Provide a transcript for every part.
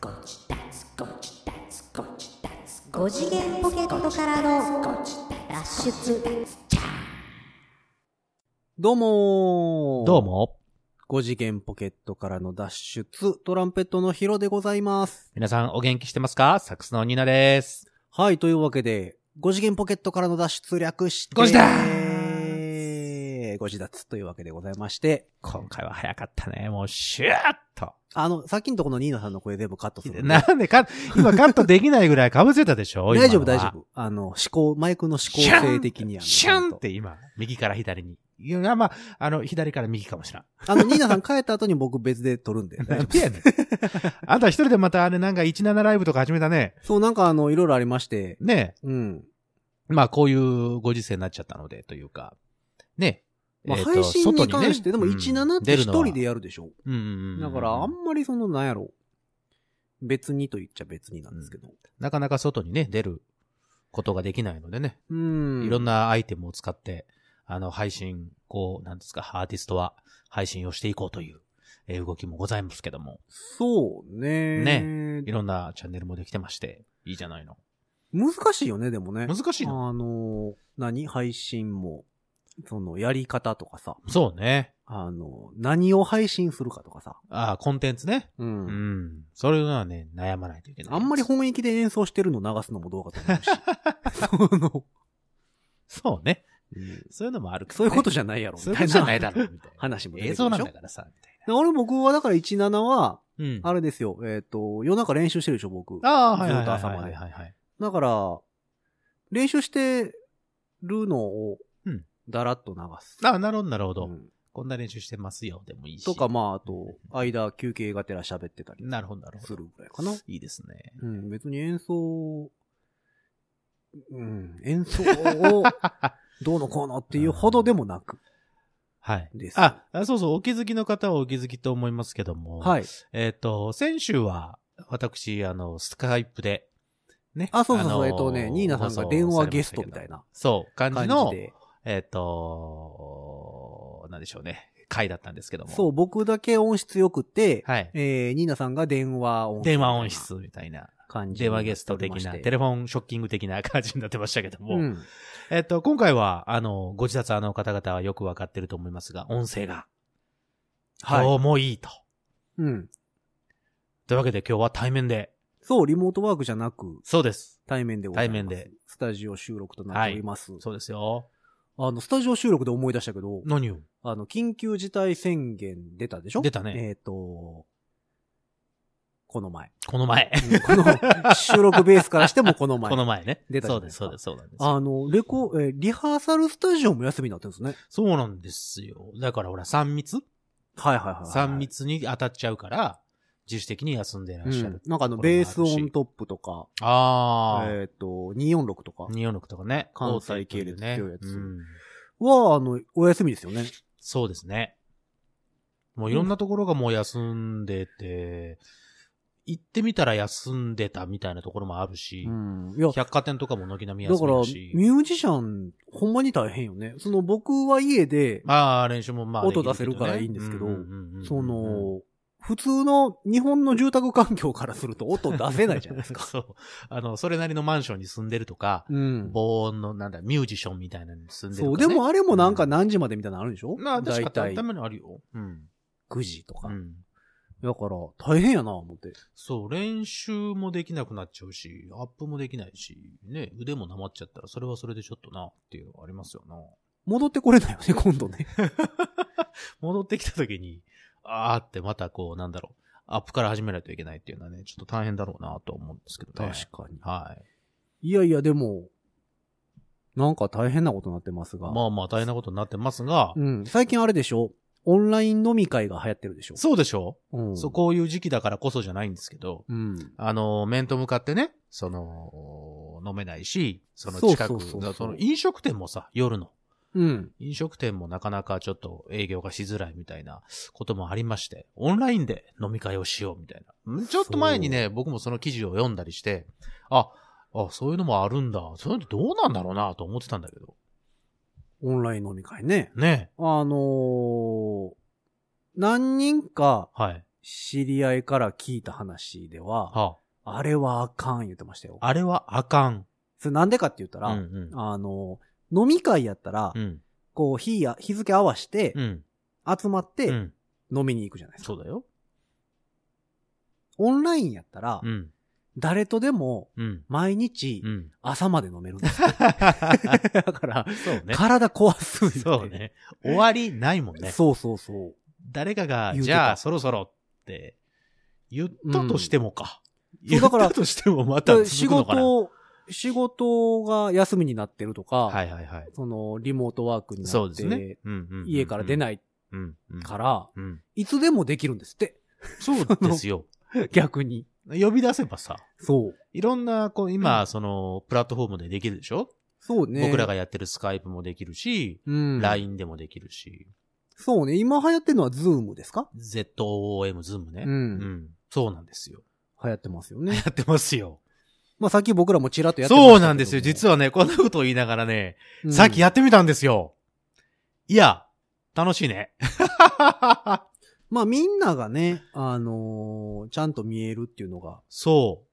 5次元ポケットからの脱出。 どうも 5 次元ポケットからの脱出、トランペットのヒロでございます。 皆さんお元気してますか？サックスのニーナです。 はい、というわけで、5次元ポケットからの脱出略して、 5次だ 5次脱というわけでございまして、 今回は早かったね。もうシューッと。 さっきのとこのニーナさんの声全部カットする。 なんで今カットできないぐらい被せたでしょ？ 大丈夫大丈夫。マイクの思考性的にシュンって今、右から左に。いや、まあ、左から右かもしれん。 ニーナさん帰った後に僕別で撮るんで。 なんでやねん。あんた一人でまたなんか17ライブとか始めたね。 そう、なんかいろいろありまして。 ねえ。うん。 まあ、こういうご時世になっちゃったので、というか。ね。 まあ、配信に関して、でも17って一人でやるでしょ。だからあんまりなんやろ。別にと言っちゃ別になんですけど。 なかなか外にね、出ることができないのでね。いろんなアイテムを使って、配信、なんですか、アーティストは配信をしていこうという、動きもございますけども。 そうね。 ね。いろんなチャンネルもできてまして、いいじゃないの。 難しいよね、でもね。 難しいの？ 配信も、やり方とかさ。 そうね。 何を配信するかとかさ。 コンテンツね。 うん。 それはね、悩まないといけない。 あんまり本域で演奏してるの流すのもどうかと思うし。 そうね。そういうのもあるから、ね。 そういうことじゃないやろ。 そういうことじゃないだろ、みたいな。 話も出てくるでしょ。 映像なんだからさ、みたいな。僕はだから17は、あれですよ、夜中練習してるでしょ、僕。 はい。 ずっと朝まで。だから、練習してるのを、だらっと流す。 なるほど、なるほど。こんな練習してますよ、でもいいし。 とか、あと、間、休憩がてら喋ってたり。 なるほど、なるほど。 するぐらいかな。 いいですね。 別に演奏を、どうのこうのっていうほどでもなく。 はい。 です。 そうそう、お気づきの方はお気づきと思いますけども。 はい。 先週は、私、スカイプで、ね。 そうそうそう、ニーナさんが電話ゲストみたいな。 そう、感じの、なんでしょうね。回だったんですけども。 そう、僕だけ音質良くて、 はい。 ニーナさんが電話音質みたいな。 感じ。 電話ゲスト的な、テレフォンショッキング的な感じになってましたけども。今回は、ご自殺の方々はよくわかってると思いますが、音声が、今日もいいと。というわけで今日は対面で。 そう、リモートワークじゃなく。 そうです。 対面でございます。 対面で。 スタジオ収録となっております。 そうですよ。 スタジオ収録で思い出したけど。 何を？ 緊急事態宣言出たでしょ？ 出たね。 この前。 この収録ベースからしてもこの前。 この前ね。 出たじゃないですか。 そうなんです。 リハーサルスタジオも休みになってるんですね。 そうなんですよ。だからほら、3密？ はい。 3密に当たっちゃうから、自主的に休んでいらっしゃる。 なんかベースオントップとか。246とか。 246とかね。 関西系列強いやつ。は、お休みですよね。 そうですね。もういろんなところがもう休んでて、行ってみたら休んでたみたいなところもあるし、百貨店とかも軒並み休みだし。 だから、ミュージシャン、ほんまに大変よね。僕は家で、 練習も音出せるからいいんですけど、普通の日本の住宅環境からすると音出せないじゃないですか。 そう。それなりのマンションに住んでるとか、防音のミュージションみたいなのに住んでるとか、ね。 そう、でもあれもなんか何時までみたいなのあるでしょ？ 確かたまにあるよ。 9時とか。だから、大変やな、思って。 そう、練習もできなくなっちゃうし、アップもできないし、ね、腕もなまっちゃったら、それはそれでちょっとな、っていうのがありますよな。 戻ってこれないよね、今度ね。 戻ってきた時に、ってまたアップから始めないといけないっていうのはね、ちょっと大変だろうなと思うんですけどね。 確かに。 はい。 いや、でも、なんか大変なことになってますが。 まあ大変なことになってますが。 最近あれでしょ？オンライン飲み会が流行ってるでしょ？ そうでしょ？こういう時期だからこそじゃないんですけど、面と向かってね、飲めないし、近く、飲食店もさ、夜の。飲食店もなかなかちょっと営業がしづらいみたいなこともありまして、オンラインで飲み会をしようみたいな。ちょっと前にね、僕もその記事を読んだりして、そういうのもあるんだ。そういうのどうなんだろうなと思ってたんだけど。 オンライン飲み会ね。 ね。 何人か、 知り合いから聞いた話では、あれはあかん言ってましたよ。 あれはあかん。 それなんでかって言ったら、飲み会やったら、こう日付合わせて、集まって、飲みに行くじゃないですか。 そうだよ。 オンラインやったら、誰とでも、毎日、朝まで飲めるんですよ。だから、そうね、体壊すんで。 そうね。終わりないもんね。 そうそうそう。 誰かが、じゃあそろそろって言ったとしてもか。言ったとしてもまた続くのかな。 仕事が休みになってるとか、 その、リモートワークになって、 そうですね、 家から出ないから、いつでもできるんですって。 そうですよ。 逆に。 呼び出せばさ。 そう。 いろんな、今、プラットフォームでできるでしょ？ そうね。 僕らがやってるスカイプもできるし、LINE でもできるし。 そうね。今流行ってるのは Zoom ですか？ ZOOM、Zoom ね。そうなんですよ。 流行ってますよね。 流行ってますよ。 まあさっき僕らもちらっとやってましたけど。 そうなんですよ。実はね、こんなことを言いながらね、さっきやってみたんですよ。いや、楽しいね。 まあみんながね、ちゃんと見えるっていうのが。 そう。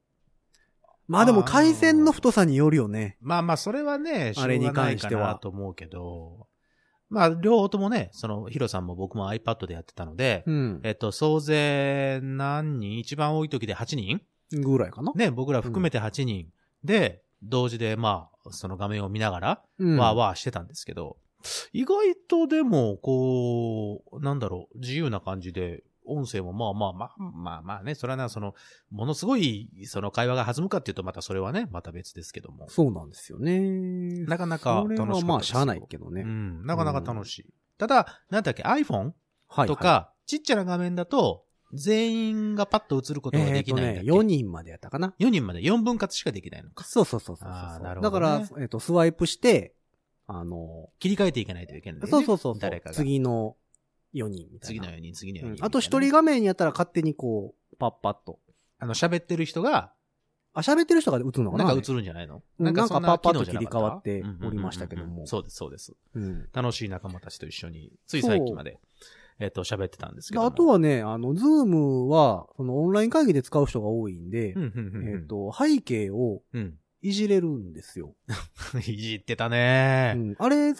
まあでも回線の太さによるよね。 まあそれはね、あれに関してはと思うけど。まあ両方ともね、ヒロさんも僕も iPad でやってたので、総勢何人？一番多い時で8人ぐらいかな？ ね、僕ら含めて8人で、同時でまあ、その画面を見ながら、わーわーしてたんですけど、意外とでも、自由な感じで、音声もまあね、それはな、ものすごい、会話が弾むかっていうと、またそれはね、また別ですけども。 そうなんですよね。 なかなか楽しかったですよ。 それはまあ、しゃあないけどね。 なかなか楽しい。ただ、なんだっけ、iPhone とか、ちっちゃな画面だと、全員がパッと映ることができないんだっけ 4人までやったかな ?4 人まで4分割しかできないのか。 そう。 なるほど、ね。 だから、スワイプして、 切り替えていかないといけない、ね。 そう。 誰かが。 次の4人みたいな。 次の4人。 あと一人画面やったら勝手にこう、パッパッと。 喋ってる人が、 喋ってる人が映るのかな？ なんか映るんじゃないの？ なんかパッパッと切り替わっておりましたけども。 そうです。楽しい仲間たちと一緒に、つい最近まで、喋ってたんですけど。 あとはね、Zoom は、オンライン会議で使う人が多いんで、背景を、いじれるんですよ。 いじってたね、 あれ、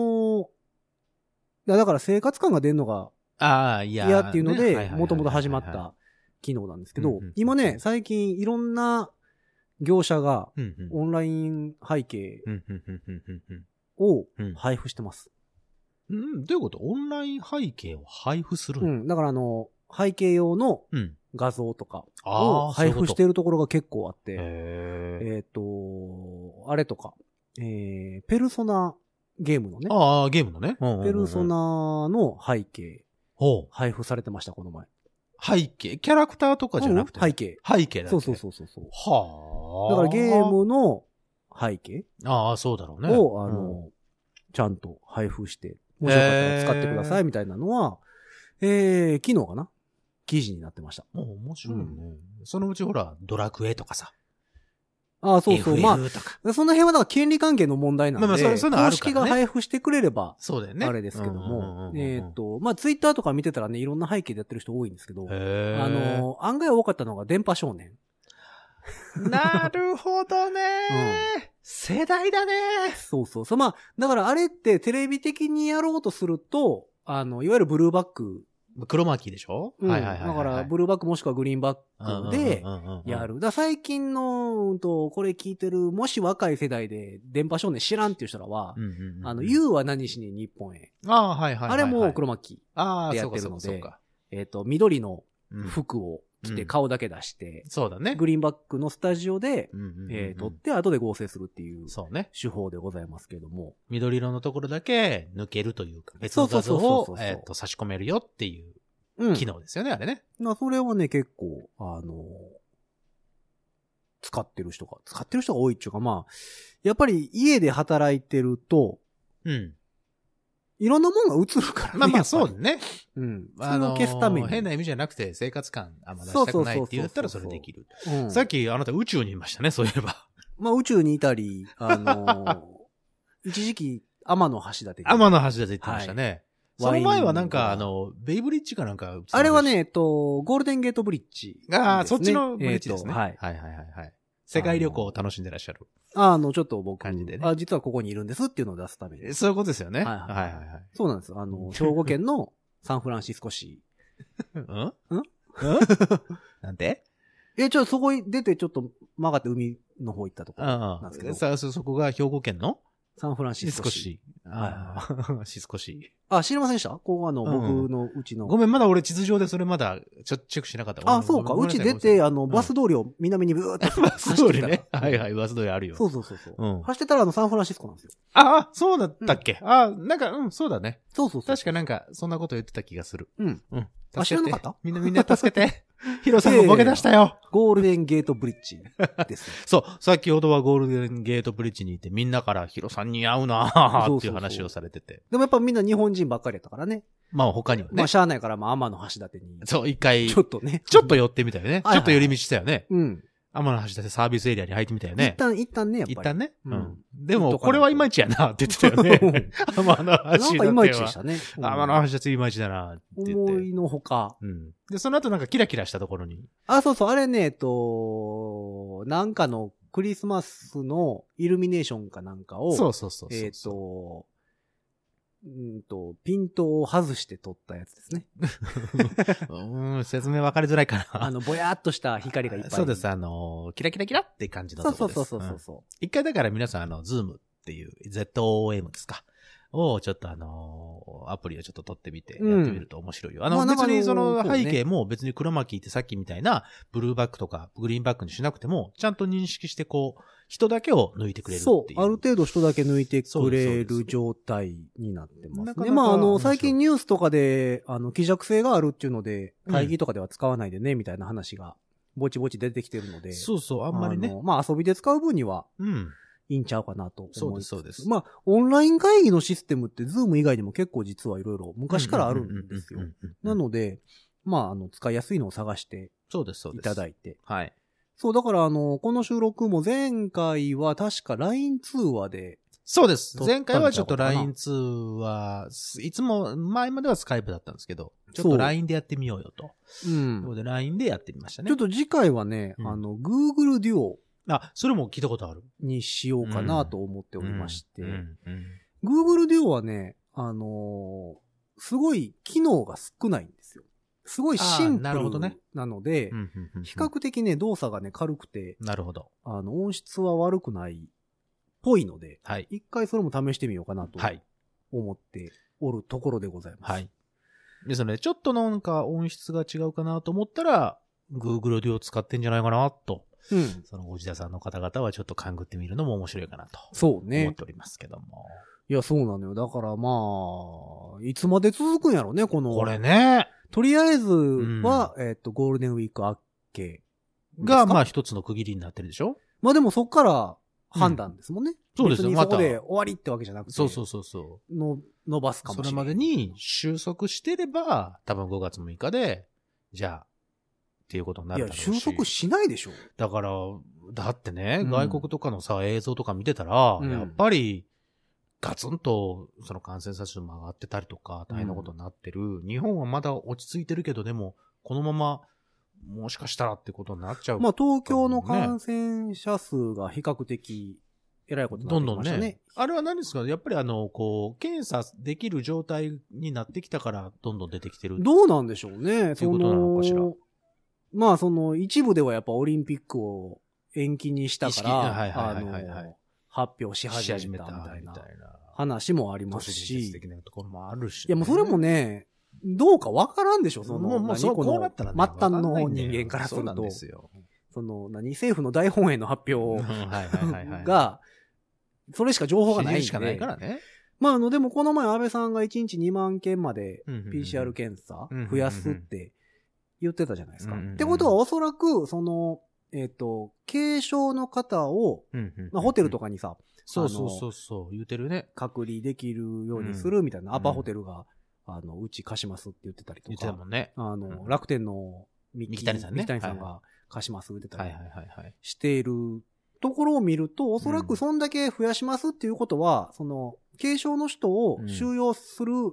だから生活感が出るのが嫌っていうので、もともと始まった機能なんですけど、今ね、最近いろんな業者がオンライン背景を配布してます。 どういうこと？オンライン背景を配布するの？ だから背景用の画像とかを配布しているところが結構あって、あれとか、ペルソナゲームのね。 ゲームのね。 ペルソナの背景、配布されてました、この前。 背景？キャラクターとかじゃなくて、 背景。 背景だけ。 そう。 はあ。だからゲームの背景そうだろうね。 を、ちゃんと配布して、もしよかったら使ってくださいみたいなのは、昨日かな？記事になってました。 面白いね。そのうちほら、ドラクエとかさ。 そう。 FF まあ、その辺はだから権利関係の問題なんで、 そういうのあるからね。 公式が配布してくれれば、 そうだよね。 あれですけども、まあ、ツイッターとか見てたらね、いろんな背景でやってる人多いんですけど、案外多かったのが電波少年。 なるほどね、世代だね。 そう。まあ、だからあれってテレビ的にやろうとすると、いわゆるブルーバック。 黒巻きでしょ？ だから、ブルーバックもしくはグリーンバックでやる。だから最近の、これ聞いてる、もし若い世代で電波少年知らんっていう人らは、You は何しに日本へ。あれも黒巻きでやってるので、緑の服を着て顔だけ出して、 そうだね。 グリーンバックのスタジオで、撮って後で合成するっていう手法でございますけれども。 緑色のところだけ抜けるというか、別の画像を差し込めるよっていう機能ですよね、あれね。 それはね、結構、使ってる人が多いっていうか、まあ、やっぱり家で働いてると、いろんなもんが映るからね。 まあそうね。 それを消すために。 変な意味じゃなくて生活感あんま出したくないって言ったらそれできる。さっきあなた宇宙にいましたね、そういえば。 まあ宇宙にいたり、一時期天の橋立。 天の橋立って言ってましたね。 その前はなんか、ベイブリッジかなんか。 あれはね、ゴールデンゲートブリッジ、 ね。ああ、そっちのブリッジですね。 はい。 はいはいはいはい。世界旅行を楽しんでらっしゃる。 ちょっと僕、 感じでね。 実はここにいるんですっていうのを出すために。 そういうことですよね。 はいはいはい。そうなんです。兵庫県のサンフランシスコ市。 なんで？ そこに出てちょっと曲がって海の方行ったところなんですけど。 そこが兵庫県のサンフランシスコ市。 シスコ市。 知りませんでした？ここ僕のうちの。 ごめん、まだ俺地図上でそれまだチェックしなかった。 そうか。うち出て、バス通りを南にブーってバス通りね。はいはい、バス通りあるよ。 そう。走ってたらサンフランシスコなんですよ。 そうだったっけ？なんか、そうだね。 そう。 確かなんか、そんなこと言ってた気がする。 知らなかった？ みんな助けて。ヒロさんもボケ出したよ。 ゴールデンゲートブリッジです。 そう。先ほどはゴールデンゲートブリッジにいて、みんなからヒロさんに会うなーっていう話をされてて。 でもやっぱみんな日本人ばっかりやったからね。 まあ他にはね。 しゃあないから天の橋立に。 そう、一回。 ちょっとね。 ちょっと寄ってみたよね。ちょっと寄り道したよね。天の橋立サービスエリアに入ってみたよね。 一旦ね、やっぱり。 一旦ね。でも、これはいまいちやなって言ってたよね。天の橋立は。 なんかいまいちでしたね。 天の橋立いまいちだなって言って。 思いのほか。 で、その後なんかキラキラしたところに。 そう。あれね、なんかのクリスマスのイルミネーションかなんかを。 そう。 ピントを外して撮ったやつですね。 説明分かりづらいかな。 ぼやーっとした光がいっぱい。 そうです。キラキラキラって感じのところです。 そう。 一回だから皆さん、ズームっていう、ZOM ですか。を、ちょっとアプリをちょっと撮ってみて、やってみると面白いよ。別にその背景も別に黒巻ってさっきみたいな、ブルーバックとかグリーンバックにしなくても、ちゃんと認識して人だけを抜いてくれるっていう。 そう。ある程度人だけ抜いてくれる状態になってますね。最近ニュースとかで、希弱性があるっていうので、会議とかでは使わないでね、みたいな話が、ぼちぼち出てきてるので。 そう、あんまりね。 遊びで使う分には、いいんちゃうかなと思います。 そうです。 オンライン会議のシステムって、ズーム以外にも結構実はいろいろ昔からあるんですよ。なので、使いやすいのを探していただいて。 はい。 そう、だからこの収録も前回は確か LINE 通話で。 そうです。前回はちょっと LINE 通話、いつも前まではスカイプだったんですけど、ちょっと LINE でやってみようよと。ということで LINE でやってみましたね。 ちょっと次回はね、Google Duo。 それも聞いたことある。 にしようかなと思っておりまして。Google Duo はね、すごい機能が少ないんですよ。すごいシンプルなので、比較的ね、動作がね、軽くて、 なるほど。 音質は悪くないっぽいので、一回それも試してみようかなと思っておるところでございます。はい。 ですので、ちょっとなんか音質が違うかなと思ったら、Google Duo 使ってんじゃないかなと。その内田さんの方々はちょっと勘ぐってみるのも面白いかなと。そうね。思っておりますけども。 いや、そうなのよ。だからいつまで続くんやろね、 これね。 とりあえずは、ゴールデンウィーク明けが、一つの区切りになってるでしょ？ でもそっから判断ですもんね。 そうですね。 そこで終わりってわけじゃなくて。 そう。 伸ばすかもしれない。 それまでに収束してれば、多分5月6日で、じゃあ、っていうことになるだろうし。 いや、収束しないでしょ。 だから、だってね、外国とかの映像とか見てたら、やっぱり、ガツンと、その感染者数も上がってたりとか、大変なことになってる。日本はまだ落ち着いてるけど、でも、このまま、もしかしたらってことになっちゃう、 東京の感染者数が比較的、えらいことになってきましたね。どんどんね。 あれは何ですか？やっぱり検査できる状態になってきたから、どんどん出てきてる。 どうなんでしょうね。 そういうことなのかしら。 一部ではやっぱオリンピックを延期にしたから、発表し始めたみたいな話もありますし。 いや、もうそれもね、どうかわからんでしょ、 もうそうこうなったらね。 末端の人間からすると。そうなんですよ。政府の大本営の発表が、それしか情報がないんで。 しかないからね。 でもこの前安倍さんが1日2万件まで PCR 検査増やすって言ってたじゃないですか。ってことはおそらく、軽症の方を、ホテルとかにさ、 そう、言うてるね。 隔離できるようにするみたいな、アパホテルが、うち貸しますって言ってたりとか。 言ってたもんね。 楽天の三木谷さんが貸しますって言ってたりしているところを見ると、おそらくそんだけ増やしますっていうことは、軽症の人を収容する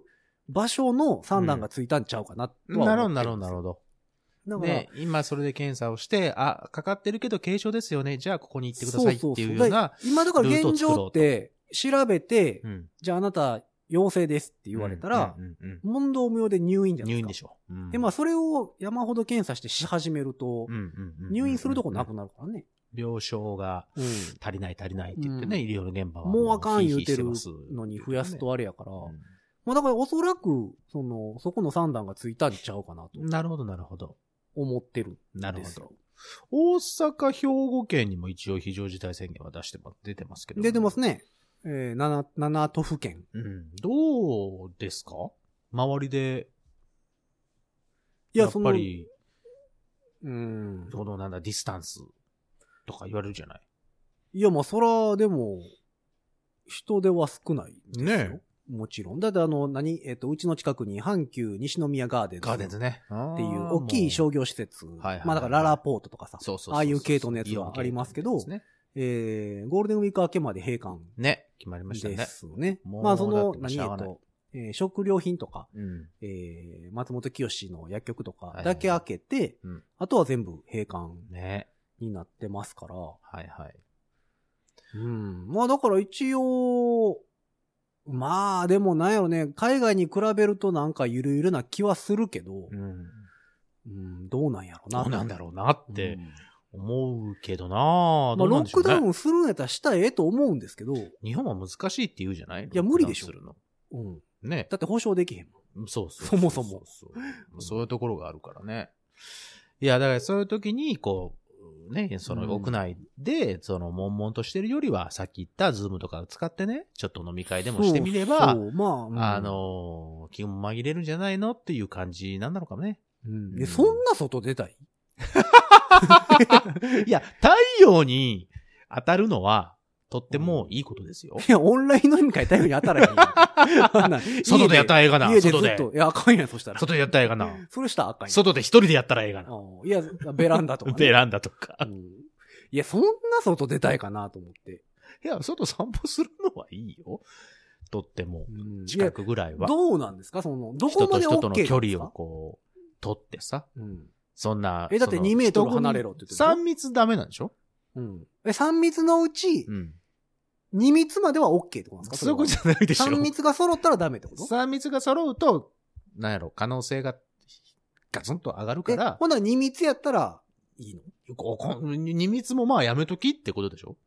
場所の三段がついたんちゃうかなとは思ってるんですよ。 なるほど。で、今それで検査をして、かかってるけど軽症ですよね。じゃあここに行ってくださいっていうような。 今だから現状って調べて、じゃああなた陽性ですって言われたら、問答無用で入院じゃないですか。入院でしょ。で、それを山ほど検査してし始めると、入院するとこなくなるからね。 病床が足りないって言ってね、医療の現場は。 もうあかん言うてるのに増やすとあれやから、だからおそらく、そこの三段がついたんちゃうかなと。 なるほど。思ってる。 なるほど。大阪、兵庫県にも一応非常事態宣言は出てますけど。 出てますね。7都府県。 どうですか？周りで。やっぱり、ディスタンスとか言われるじゃない？ いや、そら、でも、人手は少ないですよ。ね。もちろん。だってうちの近くに阪急西宮ガーデンズね。っていう大きい商業施設。だからララポートとかさ。ああいう系統のやつがありますけど、ゴールデンウィーク明けまで閉館。 ね。決まりましたね。 ですね。食料品とか、松本清の薬局とかだけ開けて、あとは全部閉館になってますから。だから一応、でもなんやろね、海外に比べるとなんかゆるゆるな気はするけど、どうなんやろな。 どうなんだろうなって思うけどな。 ロックダウンするんやったらしたらええと思うんですけど。 日本は難しいって言うじゃない？いや、無理でしょ。 ね。 だって保証できへんもん。そもそも。 そういうところがあるからね。いや、だからそういう時に、その屋内で、悶々としてるよりは、さっき言ったズームとかを使ってね、ちょっと飲み会でもしてみれば、気も紛れるんじゃないのっていう感じなんだろうかね。 そんな外出たい？ いや、太陽に当たるのは、とってもいいことですよ。 いや、オンライン飲み会太陽に当たらへん。 外でやったらええがな。 家でずっと。いや、あかんやん、そしたら。 外でやったらええがな。 それしたらあかんやん。 外で一人でやったらええがな。 いや、ベランダとか。 ベランダとか。 いや、そんな外出たいかなと思って。 いや、外散歩するのはいいよ。とっても。近くぐらいは。 どうなんですか？どこまで OK 人と人との距離を取ってさ。そんな。 だって2メートル離れろって言ってる。 3密ダメなんでしょ ？3密のうち、2密までは OK ってことなんですか？ そういうことじゃないでしょ。 3密が揃ったらダメってこと？ 3密が揃うと、可能性がガツンと上がるから。 ほな2密やったらいいの ？2密もやめときってことでしょ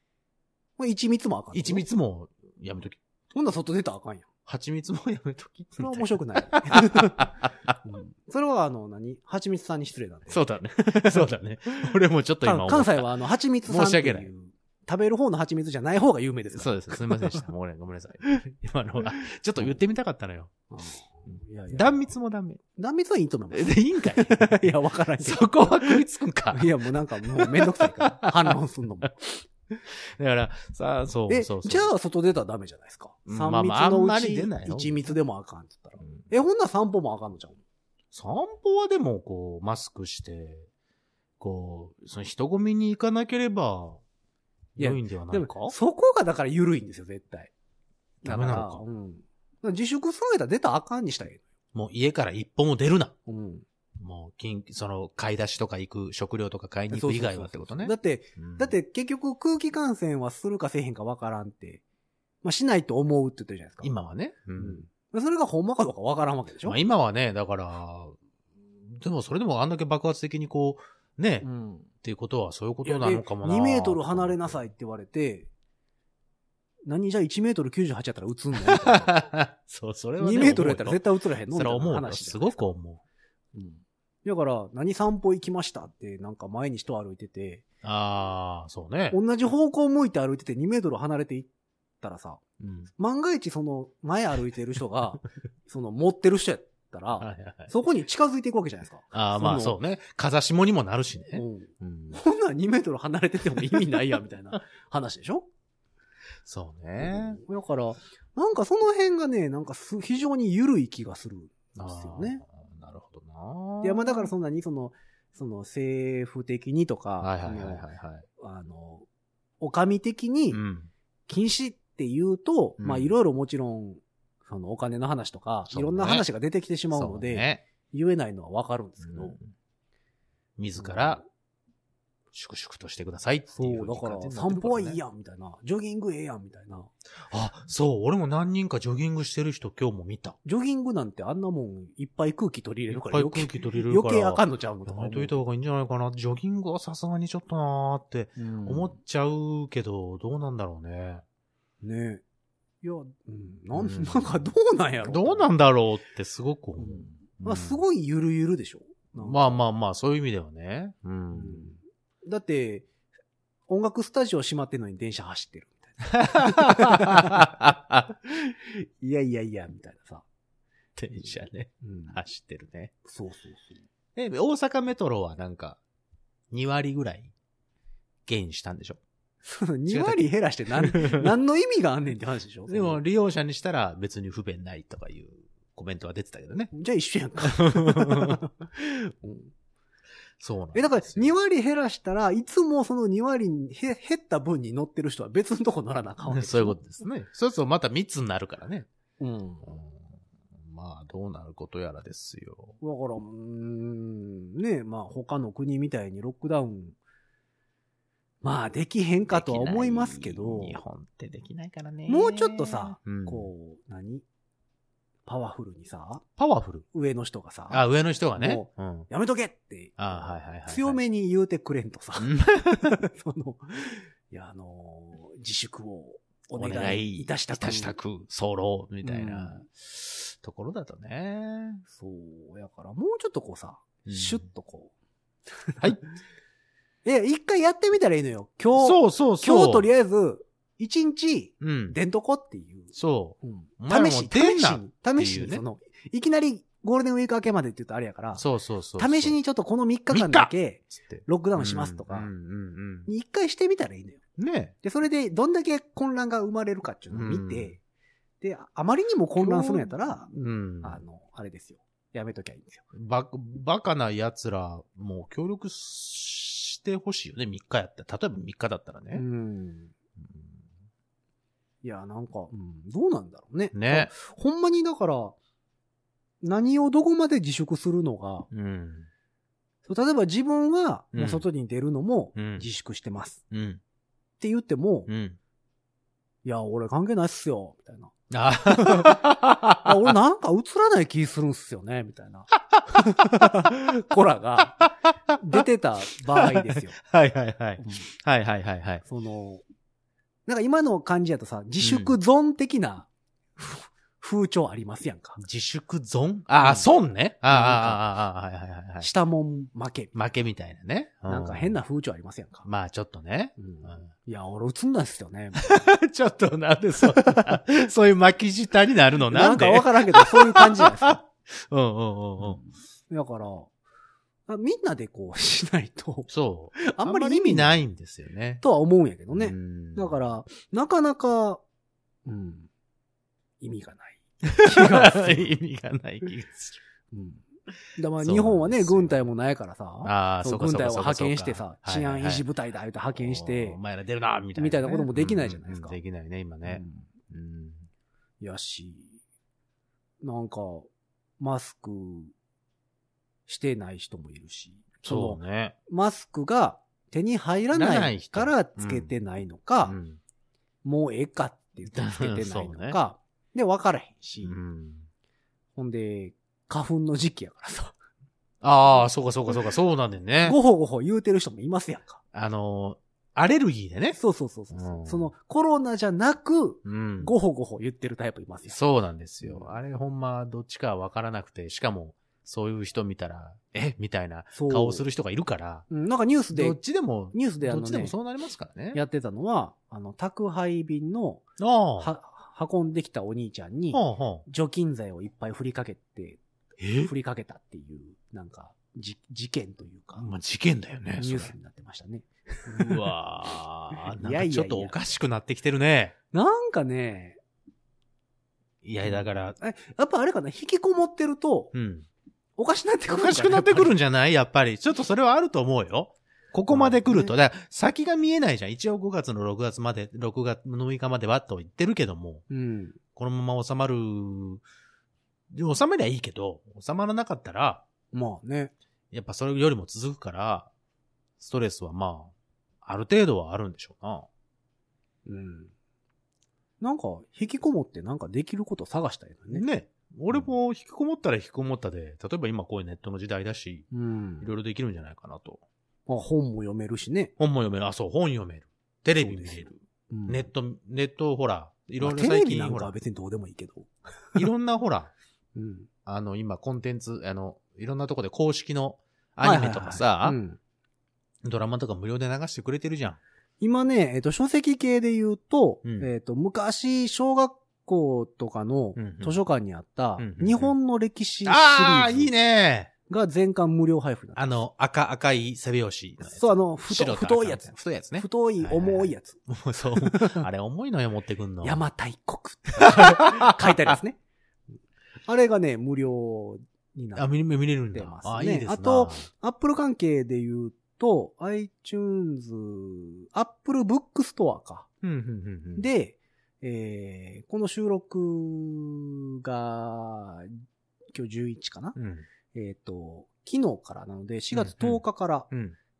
？1密もあかん。 1密もやめとき。 ほんなら外出たらあかんやん。 蜂蜜もやめとき。 それは面白くない。それは蜂蜜さんに失礼なんで。 そうだね。そうだね。俺もちょっと今思った。 関西は蜂蜜さんっていう。申し訳ない。食べる方の蜂蜜じゃない方が有名ですから。 そうです。すみませんでした。ごめんなさい。今のは、ちょっと言ってみたかったのよ。断蜜もダメ。 断蜜はいいと思います。 で、いいんかい？ いや、わからんけど。 そこは食いつくんか。 いや、もうなんかもうめんどくさいから。反論すんのも。だから、さあ、そう。 じゃあ、外出たらダメじゃないですか。3密のうち、1密でもあかんって言ったら。ほんなら散歩もあかんのじゃん。 散歩はでも、マスクして、その人混みに行かなければ、良いんではないか？ そこがだから緩いんですよ、絶対。 ダメなのか。 自粛するやったら出たらあかんにしたらいい。 もう家から一歩も出るな。もう、買い出しとか行く、食料とか買いに行く以外はってことね。 だって結局空気感染はするかせえへんかわからんって、しないと思うって言ってるじゃないですか。 今はね。 それがほんまかどうかわからんわけでしょ？ 今はね、だから、でもそれでもあんだけ爆発的にっていうことはそういうことなのかもな。 2メートル離れなさいって言われて、何じゃ1メートル98やったら撃つんだよ。 そう、それはね。 2メートルやったら絶対撃つらへんの？ それは思う。すごく思う。だから、散歩行きましたって、前に人歩いてて。 そうね。 同じ方向向いて歩いてて2メートル離れて行ったらさ、万が一前歩いてる人が、持ってる人やったら、そこに近づいていくわけじゃないですか。 そうね。風下にもなるしね。 ほんなら2メートル離れてても意味ないや、みたいな話でしょ？ そうね。 だから、その辺がね、非常に緩い気がするんですよね。 なるほどな。 いや、だから政府的にとか、お上的に、禁止って言うと、いろいろもちろん、 そのお金の話とか、いろんな話が出てきてしまうので、言えないのはわかるんですけど。 自ら、粛々としてくださいっていう。 そう、だから、散歩はいいやん、みたいな。ジョギングええやん、みたいな。 あ、そう、俺も何人かジョギングしてる人今日も見た。 ジョギングなんてあんなもん、いっぱい空気取り入れるから、 いっぱい空気取り入れるから。 余計あかんのちゃうのとか。 やめといた方がいいんじゃないかな。ジョギングはさすがにちょっとなーって思っちゃうけど、どうなんだろうね。 ねえ。いや、なんかどうなんやろ。 どうなんだろうってすごく。 まあ、すごいゆるゆるでしょ。 まあ、そういう意味ではね。 だって、音楽スタジオ閉まってんのに電車走ってるみたいな。いやいやいや、みたいなさ。 電車ね。走ってるね。 そうそうそう。 大阪メトロはなんか、2割ぐらい、ゲインしたんでしょ 2割減らして何の意味があんねんって話でしょでも利用者にしたら別に不便ないとかいうコメントは出てたけどね。 じゃあ一緒やんか。 そうなんだから2割減らしたらいつもその2割に減った分に乗ってる人は別のとこ乗らなあかんわけそういうことですね。そうするとまた密になるからね。まあどうなることやらですよ。 だからね、まあ他の国みたいにロックダウンまあできへんかとは思いますけど、 日本ってできないからね。 もうちょっとさ、こうパワフルにさ、 パワフル上の人がさ、 上の人がね、 やめとけって、強めに言うてくれんとさ、いや自粛をお願いいたしたく、 候みたいなところだとね。 そう、やからもうちょっとこうさ、シュッとこう。はい。 一回やってみたらいいのよ。今日とりあえず、一日、出んとこっていう。 そう。 試しに、いきなりゴールデンウィーク明けまでって言うとあれやから、 試しにちょっとこの3日間だけ、ロックダウンしますとか、一回してみたらいいのよ。 ね。 で、それでどんだけ混乱が生まれるかっていうのを見て、で、あまりにも混乱するんやったら、あれですよ。やめときゃいいんですよ。 バカな奴ら、もう協力してほしいよね、3日やったら。例えば3日だったらね。 いや、なんか、どうなんだろうね。 ね。 ほんまにだから、何をどこまで自粛するのが、例えば自分は、もう外に出るのも自粛してます。って言っても、いや、俺関係ないっすよ、みたいな。俺なんか映らない気するんすよね、みたいな。コラが出てた場合ですよ。 はい。 なんか今の感じやとさ、自粛ゾン的な風潮ありますやんか。 自粛ゾン損ね。はい。 下もん負け。 負けみたいなね。 なんか変な風潮ありますやんか。 まあちょっとね。 いや、俺映んないっすよね。 ちょっとなんでそういう巻き舌になるのなんかわからんけど、そういう感じじゃないですか。だから、みんなでこうしないと。 そう。 あんまり意味ないんですよね。とは思うんやけどね。だから、なかなか、意味がない。 意味がない気がする。だから日本はね、軍隊もないからさ。軍隊を派遣してさ、治安維持部隊だ、言うて派遣して。 お前ら出るな、みたいな。 みたいなこともできないじゃないですか。 できないね、今ね。 やし、なんか、マスクしてない人もいるし。 そうね。 マスクが手に入らないからつけてないのか、もうええかって言ってつけてないのか、で、分からへんし。ほんで、花粉の時期やからさ。 そうか、そうなんだよね。 ごほごほ言うてる人もいますやんか。 アレルギーでね。 そう。その、コロナじゃなく、ごほごほ言ってるタイプいますよ。 そうなんですよ。あれほんま、どっちかわからなくて、しかも、そういう人見たら、みたいな顔をする人がいるから。 なんかニュースで、 どっちでもそうなりますからね。 やってたのは、宅配便の、運んできたお兄ちゃんに、除菌剤をいっぱい振りかけたっていう、なんか、事件というか。 まあ、事件だよね。 ニュースになってましたね。 うわー。なんかちょっとおかしくなってきてるね。 なんかね。 いや、だから。 やっぱあれかな、引きこもってると、おかしくなってくる。 おかしくなってくるんじゃないやっぱり。ちょっとそれはあると思うよ。ここまで来ると。だから先が見えないじゃん。一応5月の6月まで、6月6日まではと言ってるけども。 このまま収まる、収めりゃいいけど、収まらなかったら、 まあね。 やっぱそれよりも続くから、ストレスはまあ、ある程度はあるんでしょうな。 うん。なんか、引きこもってなんかできること探したいよね。 ね。俺も引きこもったら引きこもったで、例えば今こういうネットの時代だし、 うん。 いろいろできるんじゃないかなと。 まあ本も読めるしね。 本も読める。あ、そう、本読める。テレビ見れる。うん、ネットほら、いろいろ最近、 テレビなんかは別にどうでもいいけど。 いろんなほら、 うん、 今コンテンツ、いろんなとこで公式のアニメとかさ、ドラマとか無料で流してくれてるじゃん。 今ね、書籍系で言うと、昔、小学校とかの図書館にあった、日本の歴史シリーズ。 ああ、いいね。 が全巻無料配布になってます。 赤い背拍子。 そう、太いやつ。 太いやつね。 太い、重いやつ。 そう。あれ重いのよ、持ってくんの。 邪馬台国。書いてありますね。あれがね、無料になってます、ね。 見れるんだ。 あ、いいですね。あと、Apple 関係で言うと、iTunes、Apple Book Store か。で、この収録が、今日11かな、昨日からなので、4月10日から、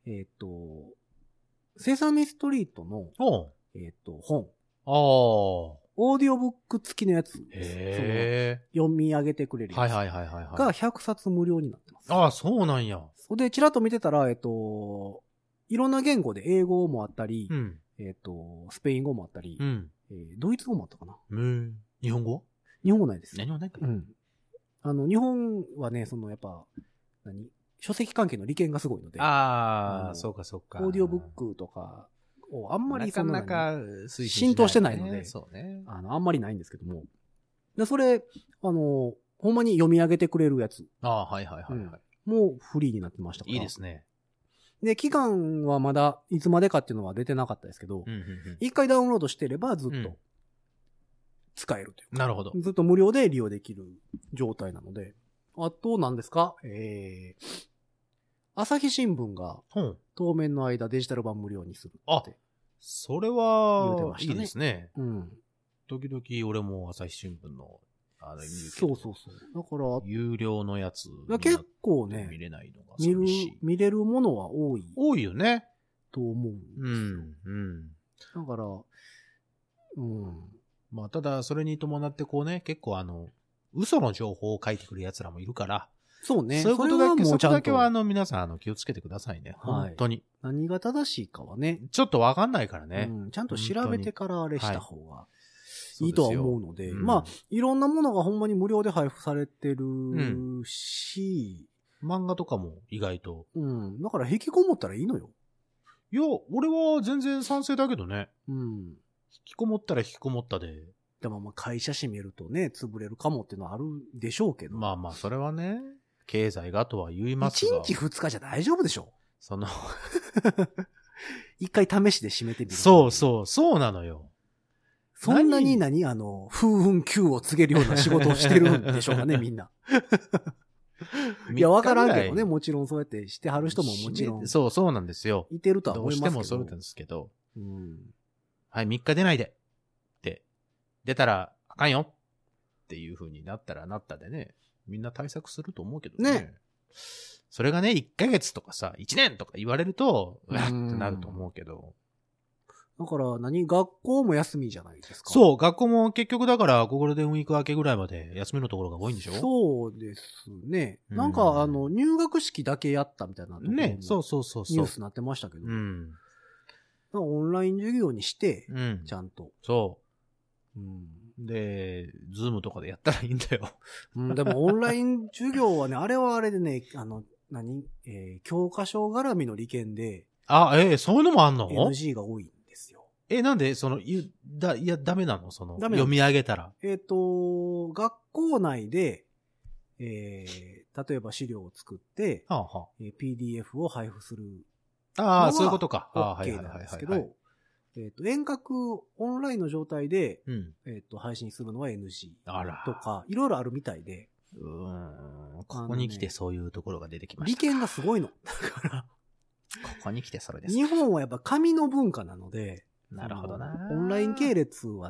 セサミストリートの、本。オーディオブック付きのやつ。読み上げてくれるやつ。が100冊無料になってます。 ああ、そうなんや。 で、ちらっと見てたら、いろんな言語で英語もあったり、スペイン語もあったり、ドイツ語もあったかな。 日本語ないです。 何もないか。 日本はね、やっぱ、書籍関係の利権がすごいので。 ああ、そうかそうか。 オーディオブックとかをあんまりなかなか浸透してないので、 そうね。 あんまりないんですけども。で、それ、ほんまに読み上げてくれるやつ。 はい。 もうフリーになってましたから。 いいですね。 で、期間はまだいつまでかっていうのは出てなかったですけど、一回ダウンロードしてればずっと使えるというか。 なるほど。 ずっと無料で利用できる状態なので。あと何ですか朝日新聞が当面の間デジタル版無料にするって。 それは言うてましたね。 いいですね。時々俺も朝日新聞のそう。だから、 有料のやつ。 結構ね、 見れないのが寂しい。 見れるものは多い。 多いよね。 と思うんですよ。だから、 まあ、ただ、それに伴ってこうね、結構嘘の情報を書いてくる奴らもいるから。 そうね。 そういうことだけ、そこだけは皆さん気をつけてくださいね。本当に。 何が正しいかはね。 ちょっとわかんないからね。 ちゃんと調べてからあれした方が。いいとは思うので、まあ、いろんなものがほんまに無料で配布されてるし、 漫画とかも意外と。 だから引きこもったらいいのよ。 いや、俺は全然賛成だけどね。 引きこもったら引きこもったで。 でもまあ会社閉めるとね、潰れるかもっていうのはあるでしょうけど。 まあ、それはね、経済がとは言いますが。 1日2日じゃ大丈夫でしょ。一回試しで閉めてみる。 そうなのよ。 そんなに風雲急を告げるような仕事をしてるんでしょうかね、みんな。いや、わからんけどね、もちろんそうやってしてはる人ももちろん。 そうなんですよ。 いてるとは思いますけど。 どうしてもそうなんですけど。はい、3日出ないで。って。出たらあかんよ。っていう風になったらなったでね、みんな対策すると思うけどね。それがね、1ヶ月とかさ、1年とか言われると、うわってなると思うけど。 だから学校も休みじゃないですか。 そう、学校も結局だからゴールデンウィーク明けぐらいまで休みのところが多いんでしょ？ そうですね。なんか入学式だけやったみたいなね、そう。 ニュースになってましたけど。オンライン授業にして、ちゃんと。 そう。で、ズームとかでやったらいいんだよ。 でもオンライン授業はね、あれはあれでね、教科書絡みの利権で。 そういうのもあんの？ NG が多い。 なんで、ダメなの？読み上げたら。 学校内で、例えば資料を作って、PDF を配布する。 そういうことか。 OK なんですけど、遠隔オンラインの状態で、配信するのは NG とか、いろいろあるみたいで。 ここに来てそういうところが出てきました。 利権がすごいの。だから、 ここに来てそれです。 日本はやっぱ紙の文化なので、 なるほどな。 オンライン系列はね、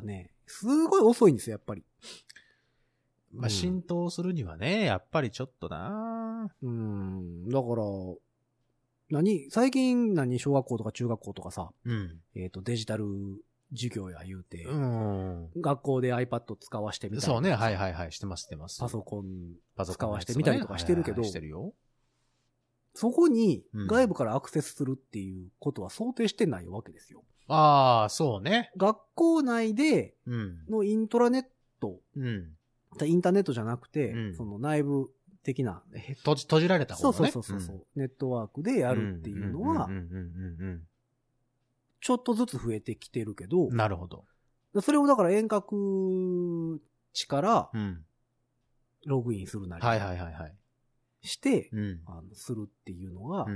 すごい遅いんですよ、やっぱり。 まあ、浸透するにはね、やっぱりちょっとなだから、最近小学校とか中学校とかさ、デジタル授業や言うて、学校で iPad 使わしてみたりとか。 そうね、はいはいはい、してます。 パソコン使わしてみたりとかしてるけど、 してるよ。 そこに外部からアクセスするっていうことは想定してないわけですよ。 ああ、そうね。 学校内でのイントラネット、インターネットじゃなくて、その内部的な。 閉じられた方がね。 そう。ネットワークでやるっていうのは、ちょっとずつ増えてきてるけど、 なるほど。 それをだから遠隔地からログインするなりして、するっていうのが、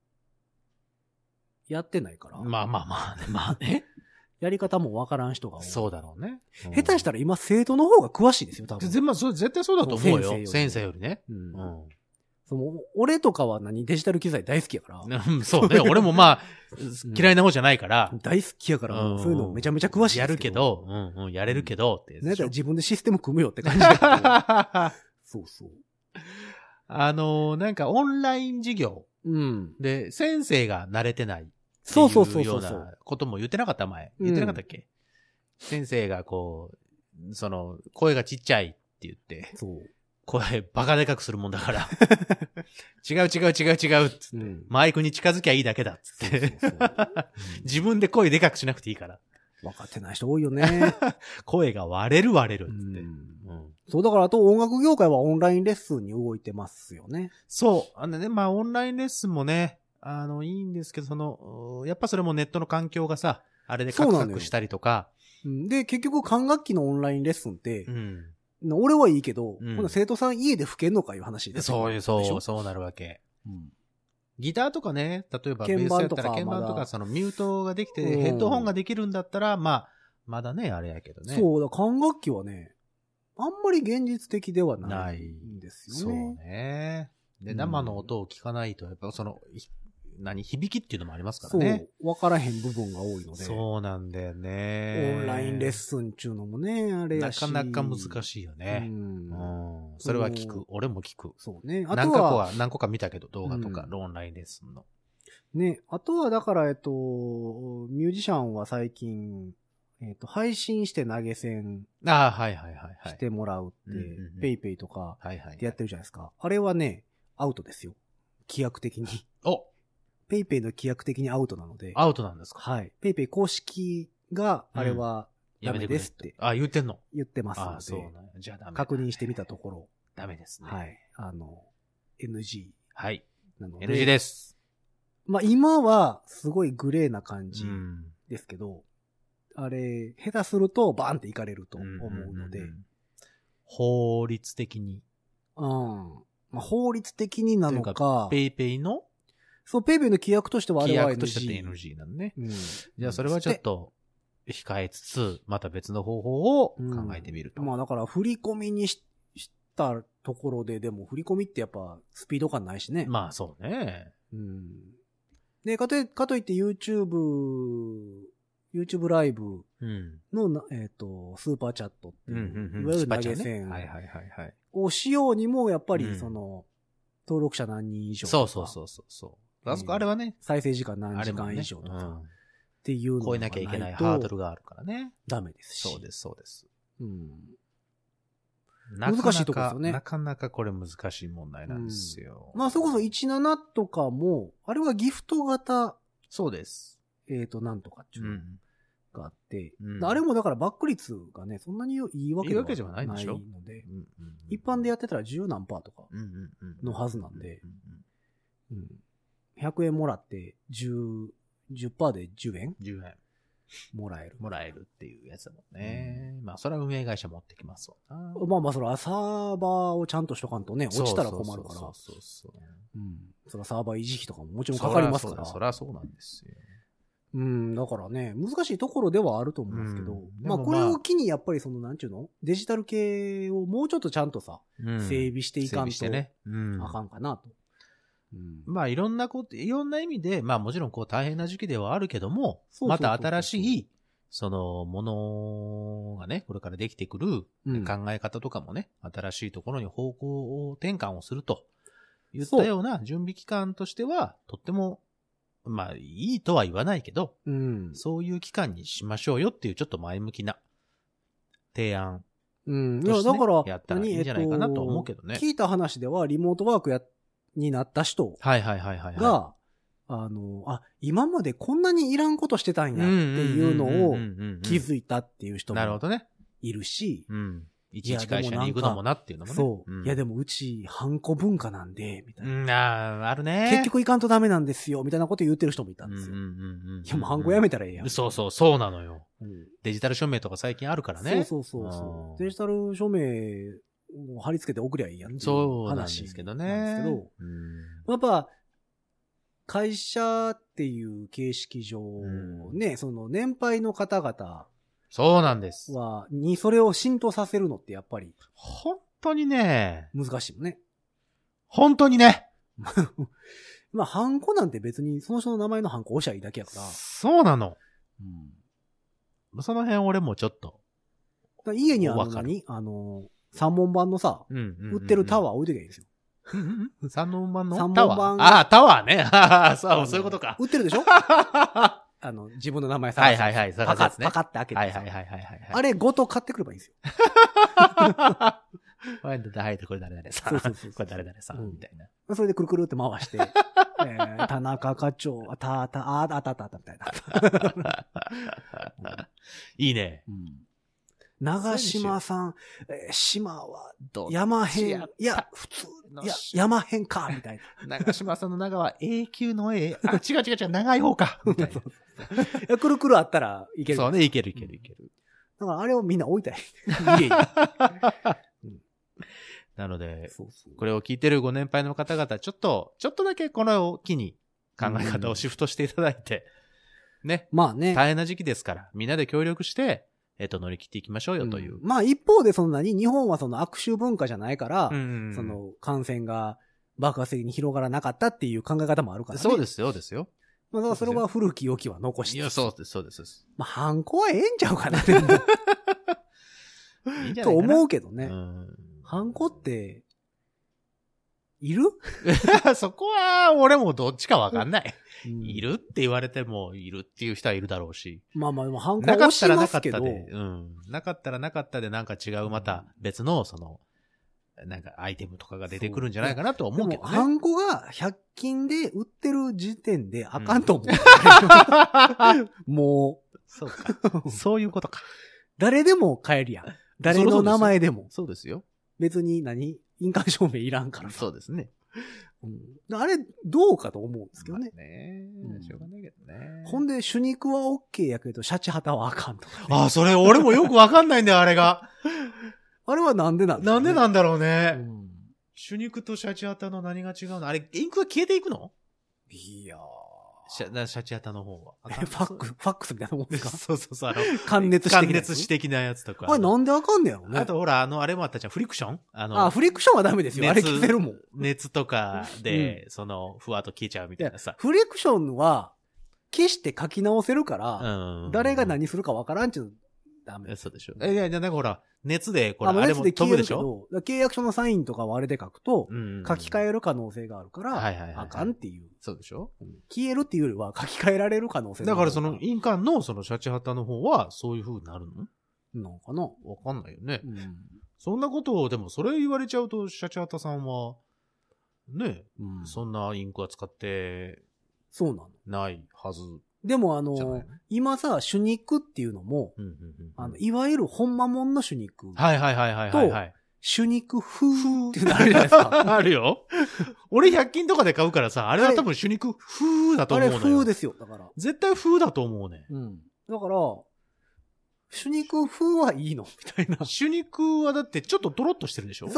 やってないから。 まあね。 やり方もわからん人が多い。 そうだろうね。 下手したら今生徒の方が詳しいですよ、多分。 絶対そうだと思うよ。先生よりね。 俺とかはデジタル機材大好きやから。 そうね。俺も嫌いな方じゃないから。 大好きやから、そういうのめちゃめちゃ詳しい。 やるけど、やれるけどって。 なんか自分でシステム組むよって感じだけど。そう。 なんかオンライン授業。で、先生が慣れてない。 そう。 ようなことも言ってなかった前。言ってなかったっけ、先生が声がちっちゃいって言って。 そう。 声バカでかくするもんだから。違うっつって、マイクに近づきゃいいだけだっつって。自分で声でかくしなくていいから。 分かってない人多いよね。 声が割れるっつって。 そう、だからあと音楽業界はオンラインレッスンに動いてますよね。 そう。オンラインレッスンもね、いいんですけど、やっぱそれもネットの環境がさ、あれでカクカクしたりとか。 で、結局管楽器のオンラインレッスンって、俺はいいけど、生徒さん家で吹けんのかいう話ですよ。そうなるわけ。ギターとかね、例えばベースやったら鍵盤とかミュートができてヘッドホンができるんだったら、まだね、あれやけどね。 そう、管楽器はね、あんまり現実的ではないんですよね。 そうね。で、生の音を聞かないと、やっぱ響きっていうのもありますからね。 そう。分からへん部分が多いので。 そうなんだよね。 オンラインレッスンっていうのもね、あれやし。 なかなか難しいよね。それは聞く。俺も聞く。 そうね。 あとは何個か見たけど、動画とか、オンラインレッスンの。 ね。あとはだから、ミュージシャンは最近、配信して投げ銭してもらうって、ペイペイとかでやってるじゃないですか。あれはね、アウトですよ。規約的に。ペイペイの規約的にアウトなので。 アウトなんですか？ はい。ペイペイ公式が、あれは、ダメですって。 言ってんの？ 言ってますので。 そうね。じゃあダメ。 確認してみたところ。 ダメですね。 はい。NG。 はい。 なので。 NG です。 今は、すごいグレーな感じですけど、あれ、下手すると、バーンっていかれると思うので。 法律的に。 法律的になのか。 ペイペイの？ そう、ペイペイの規約としてはあれは NG。 規約として NG なのね。じゃあそれはちょっと控えつつ、また別の方法を考えてみると。 だから振り込みにしたところで、でも振り込みってやっぱスピード感ないしね。 そうね。 で、かといって YouTube ライブの、スーパーチャットっていう、いわゆる投げ銭をしようにも、やっぱり登録者何人以上とか。 そう。あれはね。 再生時間何時間以上とか。っていうの超えなきゃいけないハードルがあるからね。 ダメですし。 そうです。 難しいとこですよね。 なかなかこれ難しい問題なんですよ。 それこそ17とかも、あれはギフト型。 そうです。 なんとかっていうのがあって、あれもだからバック率がね、そんなにいいわけではないので、一般でやってたら10何パーとかのはずなんで、100円もらって10パーで10円もらえるっていうやつだもんね。それは運営会社持ってきますわな。 それはサーバーをちゃんとしとかんとね、落ちたら困るから。それはサーバー維持費とかももちろんかかりますから。 そりゃそうなんですよ。 だからね、難しいところではあると思うんですけど、これを機にやっぱりなんちゅうの？デジタル系をもうちょっとちゃんとさ、整備していかんとあかんかなと。 いろんな意味で、もちろん大変な時期ではあるけども、また新しい、 その、ものがね、これからできてくる考え方とかもね、新しいところに方向転換をするといったような準備期間としては、とっても、まあ、いいとは言わないけど、そういう期間にしましょうよっていうちょっと前向きな提案。 いや、だから、 やったらいいんじゃないかなと思うけどね。 聞いた話では、リモートワークになった人が、今までこんなにいらんことしてたんやっていうのを気づいたっていう人もいるし、 いちいち会社に行くのもなっていうのもね。 そう。いやでもうち、ハンコ文化なんで、みたいな。 あるね。 結局行かんとダメなんですよ、みたいなこと言ってる人もいたんですよ。いやもうハンコやめたらええやん。 そうなのよ。デジタル署名とか最近あるからね。 そう。デジタル署名を貼り付けて送りゃいいやんっていう話ですけどね。やっぱ、会社っていう形式上、ね、その年配の方々、 そうなんです。 にそれを浸透させるのってやっぱり。 本当にね。 難しいよね。 本当にね。 まあ、ハンコなんて別にその人の名前のハンコ押しゃいいだけやから。 そうなの。その辺俺もちょっと。 家に三門版のさ、売ってるタワー置いときゃいいんですよ。 三門版のタワータワーね。そういうことか。 売ってるでしょ自分の名前探す。はい。 パカッて開けて。あれごと買ってくればいいんですよ。 これ誰々さん。これ誰々さん。みたいな。 それでくるくるって回して、田中課長、あったみたいな。 いいね。 長島さん、島は、山辺、いや、普通、いや、山辺か、みたいな。長島さんの長は永久の永。違う、長い方か。みたいな。くるくるあったらいける。 そうね、いける。 だからあれをみんな置いたい。家に。 なので、これを聞いてるご年配の方々、ちょっとだけこの機に考え方をシフトしていただいて、ね。 まあね。 大変な時期ですから、みんなで協力して、乗り切っていきましょうよという。 まあ一方で日本はその握手文化じゃないから、その感染が爆発的に広がらなかったっていう考え方もあるからね。 そうですよ。 まあだからそれは古き良きは残して。 いや、そうです。 まあハンコはええんちゃうかな、でも。 いいんじゃないかな。 と思うけどね。ハンコって、いるそこは、俺もどっちかわかんない。いるって言われても、いるっていう人はいるだろうし。 まあ、ハンコは押しますけど。 なかったらなかったでなんか違う、また別の、なんかアイテムとかが出てくるんじゃないかなと思うけどね。 ハンコが100均で売ってる時点であかんと思う。もう。そうか。そういうことか。 誰でも買えるやん。誰の名前でも。 そうですよ。 別に印鑑証明いらんから。 そうですね。 あれ、どうかと思うんですけどね。 しょうがないけどね。 ほんで、手肉は OK やけど、シャチハタはあかんとか、 それ俺もよくわかんないんだよ、あれが。 あれはなんでなんだろうね。なんでなんだろうね。手肉とシャチハタの何が違うの？あれ、インクが消えていくの？ いやー。 シャチハタの方は。 ファックスみたいなもんですか？ そう。 感熱的なやつとか。 あれなんであかんねやろね。 あとほら、あれもあったじゃん。フリクション？ フリクションはダメですよ。あれ消せるもん。 熱とかで、ふわっと消えちゃうみたいなさ。 フリクションは、消して書き直せるから、誰が何するかわからんちゅうダメ。 そうでしょ。いや、なんかほら、熱で、あれも飛ぶでしょ？ 契約書のサインとかはあれで書くと、書き換える可能性があるから、あかんっていう。 そうでしょ？ 消えるっていうよりは書き換えられる可能性がある。 だから印鑑のシャチハタの方は、そういう風になるの？ なんかな？ わかんないよね。そんなことを、でもそれ言われちゃうと、シャチハタさんは、ね、そんなインクは使って、 そうなの。 ないはず。 でも今さ、手肉っていうのも、いわゆるほんまもんの手肉。 はい。 手肉風っていうのあるじゃないですか。 あるよ。俺100均とかで買うからさ、あれは多分手肉風だと思うのよ。 あれ風ですよ、だから。 絶対風だと思うね。 だから、手肉風はいいのみたいな。 手肉はだってちょっとドロッとしてるでしょ？ そう。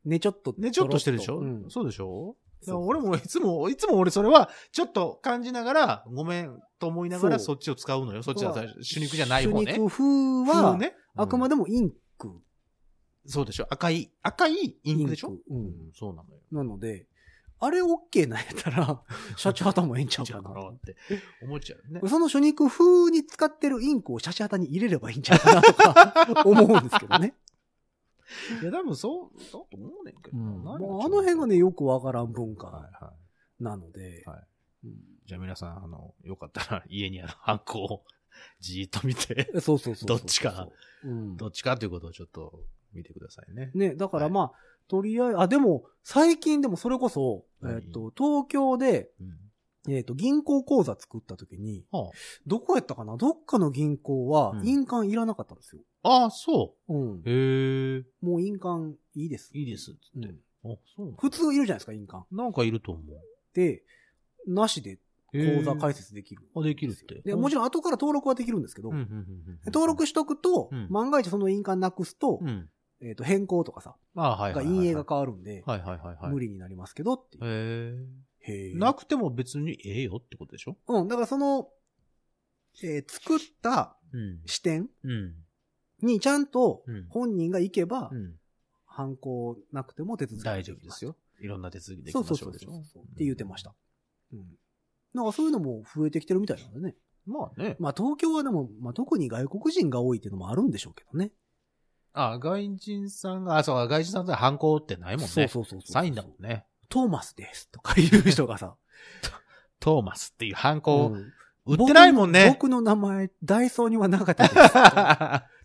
ねちょっとしてるでしょ？そうでしょ？俺もいつも俺それはちょっと感じながら、ごめんと思いながらそっちを使うのよ。そっちは手肉じゃない方ね。 手肉風は、あくまでもインク。 そうでしょ？赤いインクでしょ？ そうなのよ。なので、 あれ OK なんやったら、シャチハタもええんちゃうかなって思っちゃうね。 その初肉風に使ってるインクをシャチハタに入れればいいんちゃうかなとか思うんですけどね。 いや、多分そうだと思うねんけど。 もうあの辺がね、よくわからん文化なので。 じゃあ皆さん、よかったら家にあるハンコをじーっと見て、 そう。 どっちかということをちょっと見てくださいね。 ね、だからまあ、とりあえず、でも、最近でもそれこそ、東京で、銀行口座作った時に、どこやったかな、どっかの銀行は印鑑いらなかったんですよ。 ああ、そう。 へえ。もう印鑑いいです。 いいです。って。 そう普通いるじゃないですか、印鑑。 なんかいると思う。 で、なしで口座開設できる。 できるって。 で、もちろん後から登録はできるんですけど、登録しとくと、万が一その印鑑なくすと、変更とかさ、印影が変わるんで、無理になりますけどっていう。 なくても別にええよってことでしょ？ だからその、作った視点にちゃんと本人が行けば、犯行なくても手続き大丈夫ですよ。いろんな手続きできましょうでしょ。 って言ってました。なんかそういうのも増えてきてるみたいなんでね。 まあね。 まあ東京はでも、特に外国人が多いっていうのもあるんでしょうけどね。 外人さんが、外人さんって犯行ってないもんね。そう。サインだもんね。 トーマスですとかいう人がさ。 トーマスっていう犯行、売ってないもんね。 僕の名前、ダイソーにはなかったです。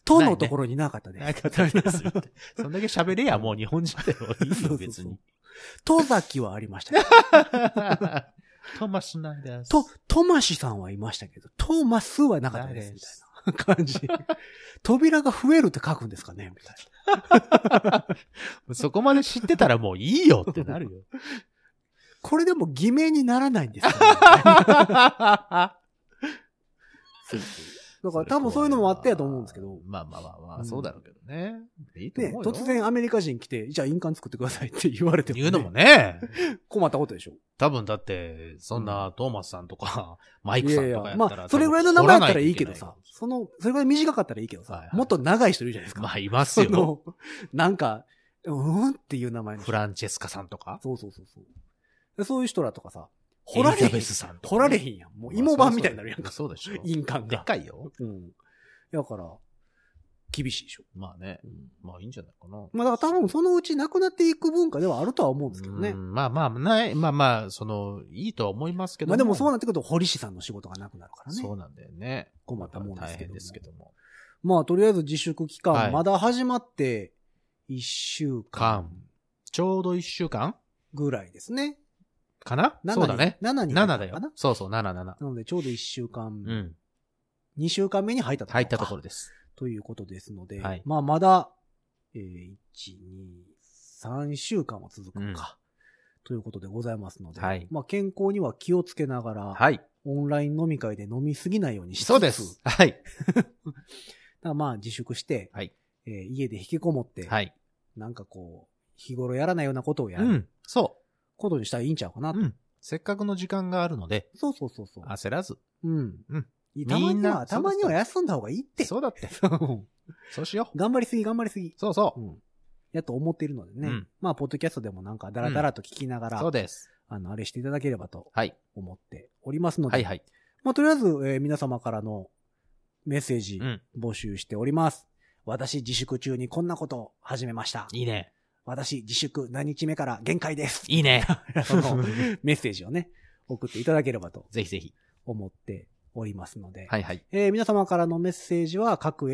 トのところになかったです。 なかったです。そんだけ喋れや、もう日本人でもいいよ、別に。 トザキはありましたけど。 トマスなんです。 トマシさんはいましたけど、トーマスはなかったです。みたいな感じ。扉が増えるって書くんですかねみたいな。そこまで知ってたらもういいよってなるよ。 これでも偽名にならないんですかねそうだから多分そういうのもあってやと思うんですけど。 まあ、そうだろうけどね。いいと思うよ。 突然アメリカ人来て、じゃあ印鑑作ってくださいって言われても、 言うのもね。 困ったことでしょ。 多分だって、そんなトーマスさんとか、マイクさんとかやったら。 それぐらいの名前やったらいいけどさ、それぐらい短かったらいいけどさ、もっと長い人いるじゃないですか。 まあ、いますよ。 なんか、っていう名前の。 フランチェスカさんとか。 そう。そういう人らとかさ、 掘られへんやん。もう芋版みたいになるやんか。 そうでしょ。 印鑑が。 でっかいよ。 だから、厳しいでしょ。 まあね。まあいいんじゃないかな。 まあだから多分そのうちなくなっていく文化ではあるとは思うんですけどね。 まあ、いいとは思いますけども。 まあでもそうなってくると堀師さんの仕事がなくなるからね。 そうなんだよね。 困ったもんですけど。 大変ですけども。 まあとりあえず自粛期間、まだ始まって1週間。 ちょうど1週間ぐらいですね。 かなそうだね。 7に。 7だよ。そう、7。なのでちょうど1週間。2週間目に入ったところです。 ということですので、まあまだ、1、2、3週間は続くのか、ということでございますので、まあ健康には気をつけながら、オンライン飲み会で飲みすぎないようにしつつ、 そうです。はい。 まあ自粛して、家で引きこもって、なんかこう、日頃やらないようなことをやる。ことにしたらいいんちゃうかなと。 せっかくの時間があるので、 そう。 焦らず。 たまには休んだ方がいいって。 そうだって。そうしよう。頑張りすぎ。 そう。 やと思っているのでね。まあ、ポッドキャストでもなんかダラダラと聞きながら、 そうです。 あれしていただければと思っておりますので、まあ、とりあえず、皆様からのメッセージ募集しております。私、自粛中にこんなことを始めました。 いいね。 私、自粛何日目から限界です。 いいね。 メッセージをね、送っていただければと。 ぜひぜひ。 思っておりますので。 皆様からのメッセージは各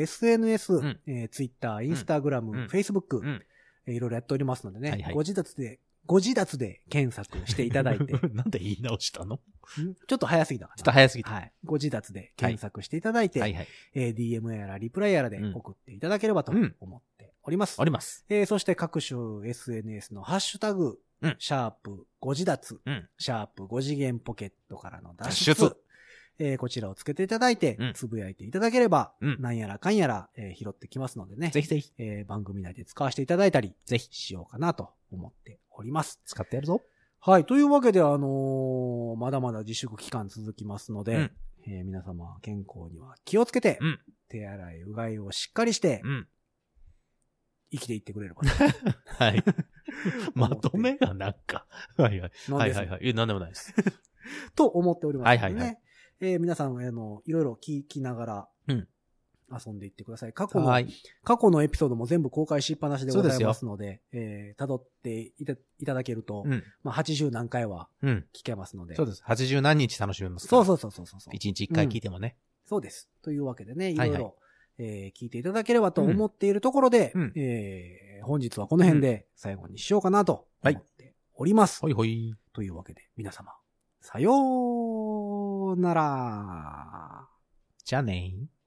SNS、Twitter、Instagram、Facebook、いろいろやっておりますのでね、ご自立で検索していただいて。 なんで言い直したの？ ちょっと早すぎたかな。 ちょっと早すぎた。 はい。ご自立で検索していただいて、DM やらリプライやらで送っていただければと思っております。そして各種 SNS のハッシュタグ、シャープご自立、シャープ5次元ポケットからの脱出。こちらをつけていただいて、つぶやいていただければ、なんやらかんやら、拾ってきますのでね。 ぜひぜひ。 番組内で使わせていただいたり、ぜひしようかなと思っております。 使ってやるぞ。 はい。というわけで、まだまだ自粛期間続きますので、皆様健康には気をつけて、手洗い、うがいをしっかりして、生きていってくれれば。 はい。 まとめがなんか。はいはい。はいはいはい。なんでもないです。 と思っておりますのでね。 はいはいはい。 皆さん、いろいろ聞きながら、遊んでいってください。過去のエピソードも全部公開しっぱなしでございますので、辿っていただけると、まあ、80何回は聞けますので。 そうです。80何日楽しめますから。 そう。 1日1回聞いてもね。 そうです。というわけでね、いろいろ、聞いていただければと思っているところで、本日はこの辺で最後にしようかなと思っております。 ほいほい。 というわけで、皆様、さようなら。 じゃあねー。